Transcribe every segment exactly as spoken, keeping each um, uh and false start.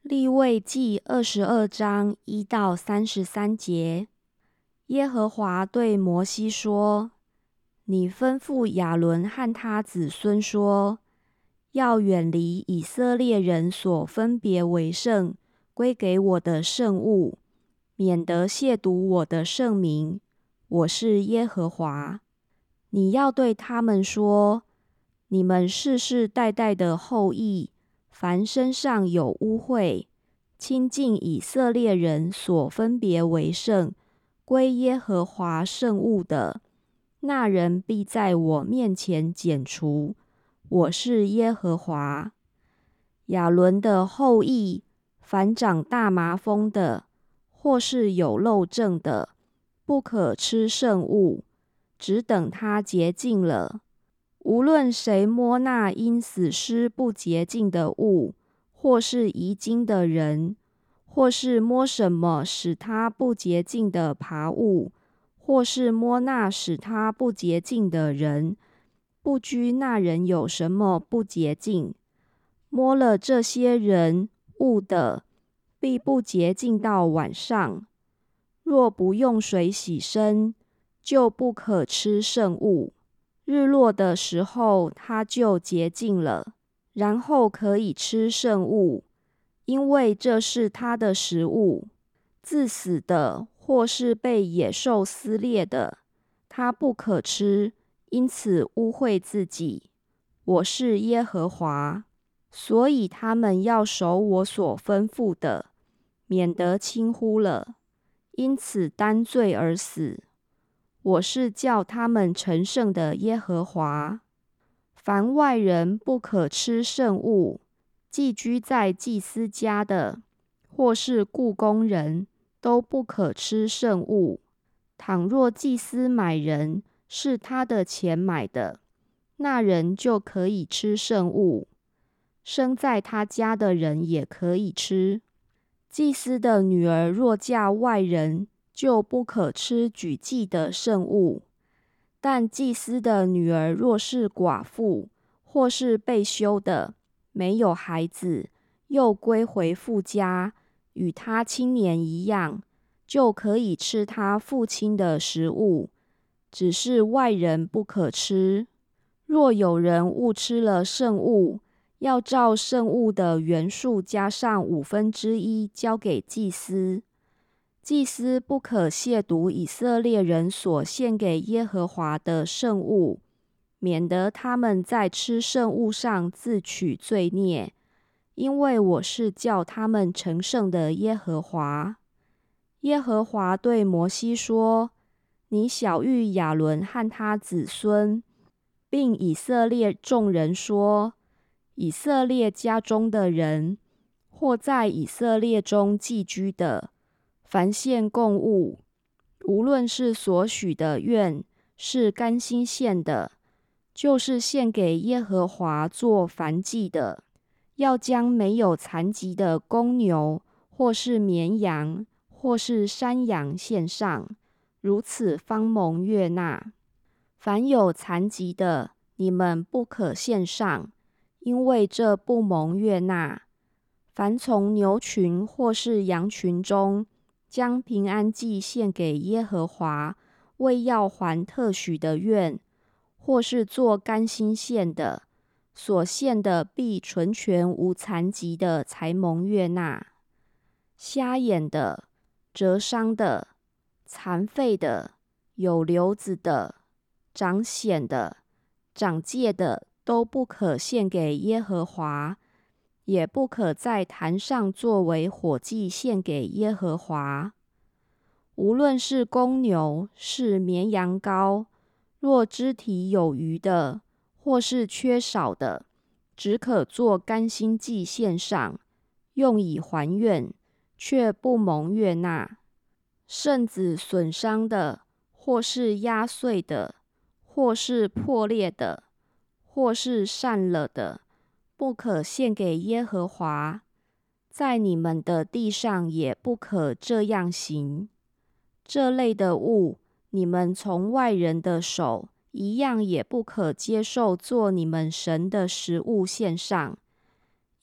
利未记二十二章一到三十三节，耶和华对摩西说：你吩咐亚伦和他子孙说，要远离以色列人所分别为圣、归给我的圣物，免得亵渎我的圣名。我是耶和华。你要对他们说：你们世世代代的后裔，凡身上有污秽、亲近以色列人所分别为圣、归耶和华圣物的，那人必在我面前剪除。我是耶和华。亚伦的后裔，凡长大麻风的，或是有漏症的，不可吃圣物，只等他洁净了。无论谁摸那因死尸不洁净的物，或是遗精的人，或是摸什么使他不洁净的爬物，或是摸那使他不洁净的人，不拘那人有什么不洁净，摸了这些人物的，必不洁净到晚上。若不用水洗身，就不可吃圣物。日落的时候，他就洁净了，然后可以吃圣物，因为这是他的食物。自死的或是被野兽撕裂的，他不可吃，因此污秽自己。我是耶和华。所以他们要守我所吩咐的，免得轻忽了，因此担罪而死。我是叫他们成圣的耶和华。凡外人不可吃圣物，寄居在祭司家的，或是雇工人，都不可吃圣物。倘若祭司买人，是他的钱买的，那人就可以吃圣物。生在他家的人也可以吃。祭司的女儿若嫁外人，就不可吃举祭的圣物。但祭司的女儿若是寡妇，或是被休的，没有孩子，又归回父家，与他亲年一样，就可以吃他父亲的食物，只是外人不可吃。若有人误吃了圣物，要照圣物的原数加上五分之一，交给祭司。祭司不可亵渎以色列人所献给耶和华的圣物，免得他们在吃圣物上自取罪孽，因为我是叫他们成圣的耶和华。耶和华对摩西说：你晓谕亚伦和他子孙，并以色列众人说，以色列家中的人，或在以色列中寄居的，凡献供物，无论是所许的愿，是甘心献的，就是献给耶和华做燔祭的，要将没有残疾的公牛，或是绵羊，或是山羊献上，如此方蒙悦纳。凡有残疾的，你们不可献上，因为这不蒙悦纳。凡从牛群或是羊群中将平安祭献给耶和华，为要还特许的愿，或是做甘心献的，所献的必纯全无残疾的，才蒙悦纳。瞎眼的、折伤的、残废的、有瘤子的、长癣的、长疥的，都不可献给耶和华，也不可在坛上作为火祭献给耶和华。无论是公牛，是绵羊羔，若肢体有余的，或是缺少的，只可做甘心祭献上，用以还愿，却不蒙悦纳。圣子损伤的，或是压碎的，或是破裂的，或是散了的，不可献给耶和华。在你们的地上也不可这样行。这类的物，你们从外人的手一样也不可接受做你们神的食物献上，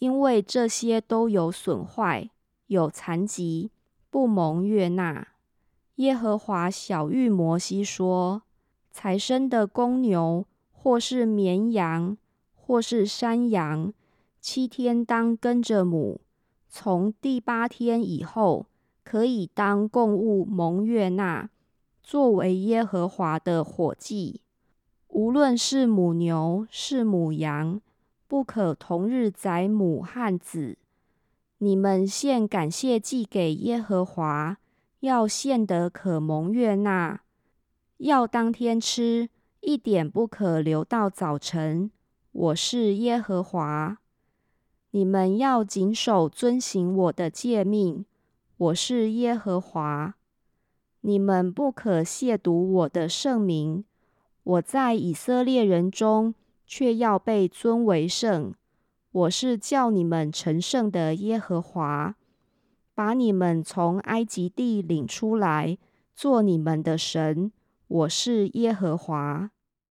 因为这些都有损坏，有残疾，不蒙悦纳。耶和华晓谕摩西说：才生的公牛，或是绵羊，或是山羊，七天当跟着母，从第八天以后，可以当供物蒙悦纳，作为耶和华的火祭。无论是母牛，是母羊，不可同日宰母和子。你们献感谢祭给耶和华，要献得可蒙悦纳，要当天吃，一点不可留到早晨。我是耶和华。你们要谨守遵行我的诫命，我是耶和华。你们不可亵渎我的圣名，我在以色列人中却要被尊为圣。我是叫你们成圣的耶和华，把你们从埃及地领出来，做你们的神。我是耶和华。